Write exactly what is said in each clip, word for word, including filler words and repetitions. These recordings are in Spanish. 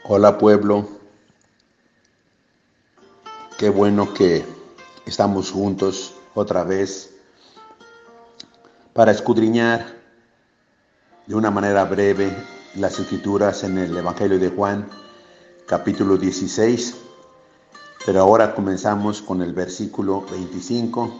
Hola pueblo, qué bueno que estamos juntos otra vez para escudriñar de una manera breve las escrituras en el Evangelio de Juan, capítulo dieciséis, pero ahora comenzamos con el versículo veinticinco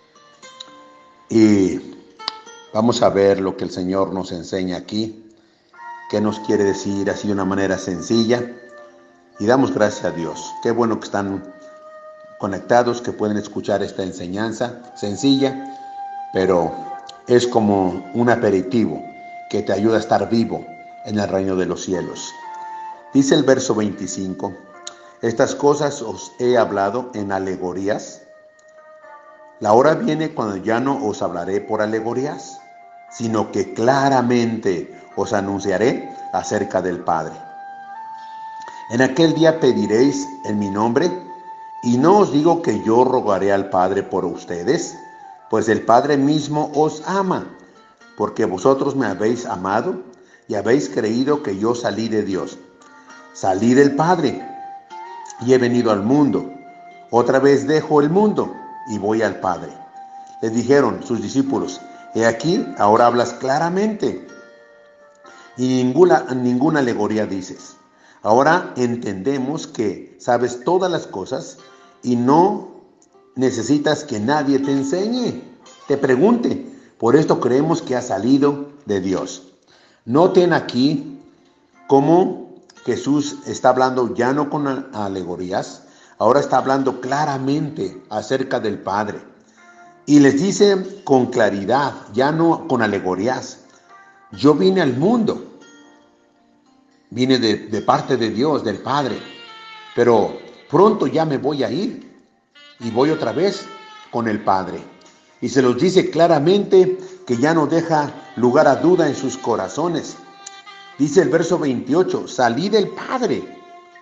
y vamos a ver lo que el Señor nos enseña aquí, qué nos quiere decir así de una manera sencilla, y damos gracias a Dios. Qué bueno que están conectados, que pueden escuchar esta enseñanza sencilla, pero es como un aperitivo que te ayuda a estar vivo en el reino de los cielos. Dice el verso veinticinco, estas cosas os he hablado en alegorías. La hora viene cuando ya no os hablaré por alegorías, sino que claramente os anunciaré acerca del Padre. En aquel día pediréis en mi nombre, y no os digo que yo rogaré al Padre por ustedes, pues el Padre mismo os ama, porque vosotros me habéis amado y habéis creído que yo salí de Dios. Salí del Padre y he venido al mundo. Otra vez dejo el mundo y voy al Padre. Le dijeron sus discípulos, he aquí, ahora hablas claramente y ninguna, ninguna alegoría dices. Ahora entendemos que sabes todas las cosas y no necesitas que nadie te enseñe, te pregunte. Por esto creemos que has salido de Dios. Noten aquí cómo Jesús está hablando ya no con alegorías, ahora está hablando claramente acerca del Padre. Y les dice con claridad, ya no con alegorías. Yo vine al mundo. Vine de, de parte de Dios, del Padre, pero pronto ya me voy a ir y voy otra vez con el Padre. Y se los dice claramente que ya no deja lugar a duda en sus corazones. Dice el verso veintiocho, salí del Padre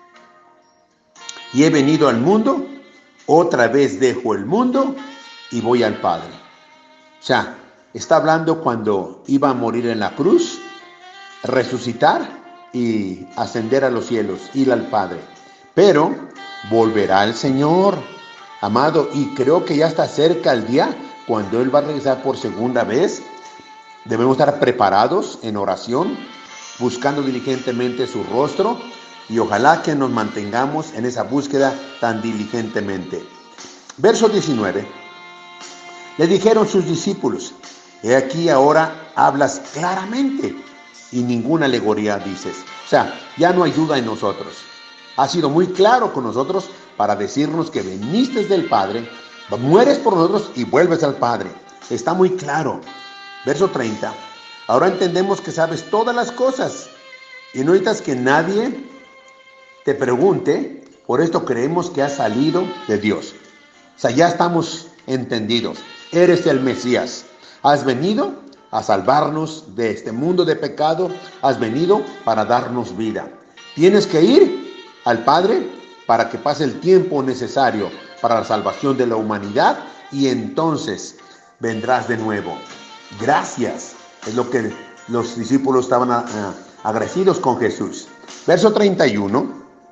y he venido al mundo, otra vez dejo el mundo y voy al Padre. O sea, está hablando cuando iba a morir en la cruz, resucitar y ascender a los cielos, ir al Padre. Pero volverá el Señor, amado, y creo que ya está cerca el día cuando Él va a regresar por segunda vez. Debemos estar preparados en oración, buscando diligentemente su rostro, y ojalá que nos mantengamos en esa búsqueda tan diligentemente. Verso diecinueve. Le dijeron sus discípulos, he aquí ahora hablas claramente y ninguna alegoría dices. O sea, ya no hay duda en nosotros. Ha sido muy claro con nosotros para decirnos que veniste del Padre, mueres por nosotros y vuelves al Padre. Está muy claro. Verso treinta. Ahora entendemos que sabes todas las cosas y no necesitas que nadie te pregunte. Por esto creemos que has salido de Dios. O sea, ya estamos entendidos. Eres el Mesías. Has venido a salvarnos de este mundo de pecado, has venido para darnos vida. Tienes que ir al Padre para que pase el tiempo necesario para la salvación de la humanidad y entonces vendrás de nuevo. Gracias. Es lo que los discípulos estaban uh, agradecidos con Jesús. Verso treinta y uno.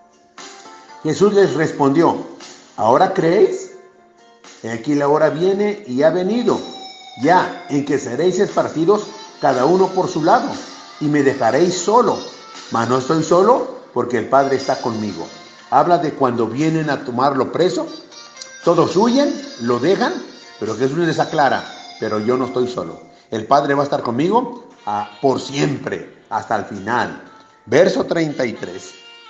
Jesús les respondió, ¿ahora creéis? Aquí la hora viene y ha venido ya en que seréis esparcidos cada uno por su lado y me dejaréis solo, mas no estoy solo porque el Padre está conmigo. Habla de cuando vienen a tomarlo preso, todos huyen, lo dejan, pero Jesús les aclara, pero yo no estoy solo, el Padre va a estar conmigo ah, por siempre, hasta el final. Verso treinta y tres.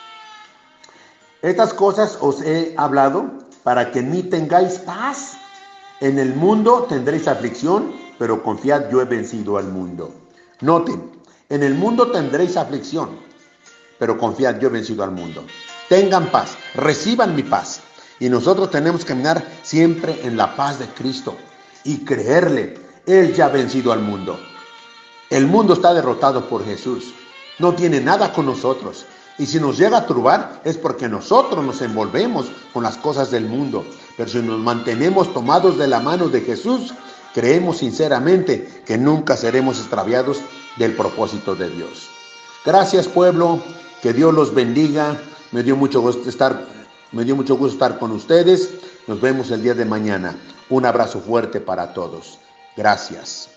Estas cosas os he hablado para que en mí tengáis paz. En el mundo tendréis aflicción, pero confiad, yo he vencido al mundo. Noten, en el mundo tendréis aflicción, pero confiad, yo he vencido al mundo. Tengan paz, reciban mi paz. Y nosotros tenemos que caminar siempre en la paz de Cristo y creerle. Él ya ha vencido al mundo. El mundo está derrotado por Jesús. No tiene nada con nosotros. Y si nos llega a turbar es porque nosotros nos envolvemos con las cosas del mundo. Pero si nos mantenemos tomados de la mano de Jesús, creemos sinceramente que nunca seremos extraviados del propósito de Dios. Gracias, pueblo. Que Dios los bendiga. Me dio mucho gusto estar, me dio mucho gusto estar con ustedes. Nos vemos el día de mañana. Un abrazo fuerte para todos. Gracias.